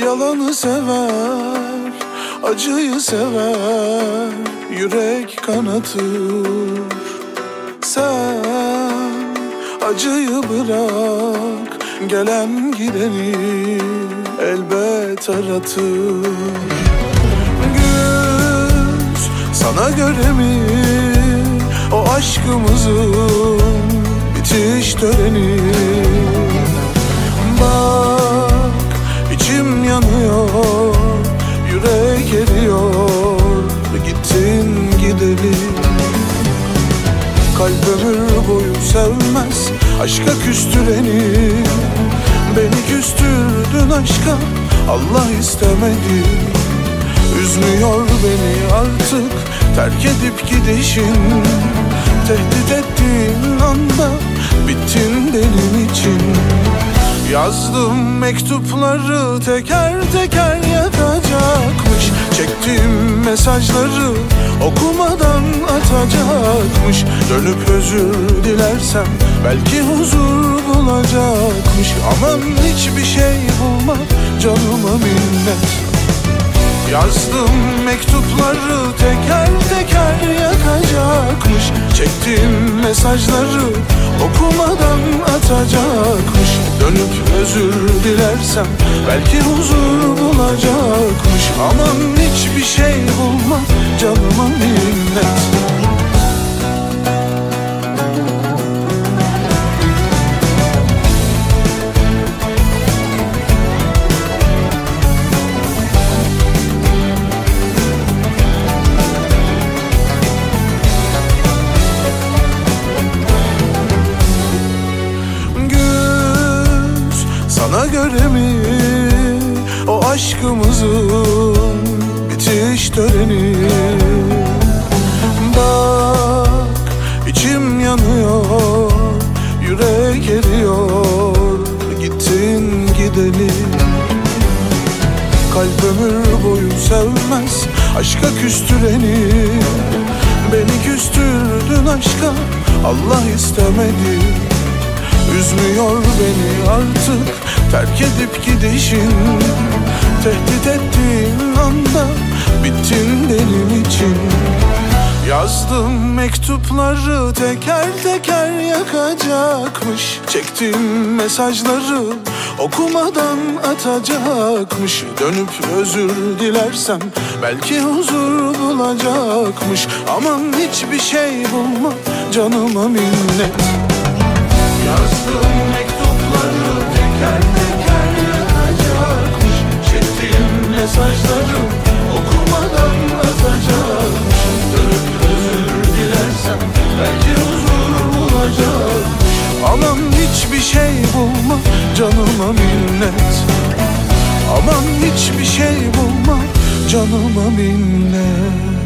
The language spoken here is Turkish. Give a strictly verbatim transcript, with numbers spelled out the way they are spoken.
Yalanı sever, acıyı sever, yürek kanatır. Sen acıyı bırak, gelen gideni elbet aratır. Güz sana göre mi o aşkımızın bitiş töreni? Bak içim yanıyor, yürek eriyor, gittin gideli. Kalp ömür boyu sevmez aşka küstüreni. Beni küstürdün aşka, Allah istemedi. Üzmüyor beni artık terk edip gidişin. Tehdit ettiğin anda bittin benim için. Yazdım mektupları teker teker yakacakmış. Çektiğim mesajları okumadan atacakmış. Dönüp özür dilersem belki huzur bulacakmış. Aman hiçbir şey bulma, canıma minnet. Yazdım mektupları teker teker yakacakmış. Çektiğim mesajları okumadan atacakmış. Dönüp özür dilersem belki huzur bulacakmış. Aman hiçbir şey bulma, canıma minnet. Sana göre mi o aşkımızın bitiş töreni? Bak içim yanıyor, yürek eriyor, gittin gideli. Kalp ömür boyu sevmez aşka küstüreni. Beni küstürdün aşka, Allah istemedi. Üzmüyor beni artık terk edip gidişin. Tehdit ettiğin anda bittin benim için. Yazdım mektupları teker teker yakacakmış. Çektiğim mesajları okumadan atacakmış. Dönüp özür dilersem belki huzur bulacakmış. Aman hiçbir şey bulma, canıma minnet. Yazdım mektupları teker teker yakacakmış. Çektiğim mesajları okumadan atacakmış. Dönüp özür dilersem belki huzur bulacakmış. Aman hiçbir şey bulma, canıma minnet. Aman hiçbir şey bulma, canıma minnet.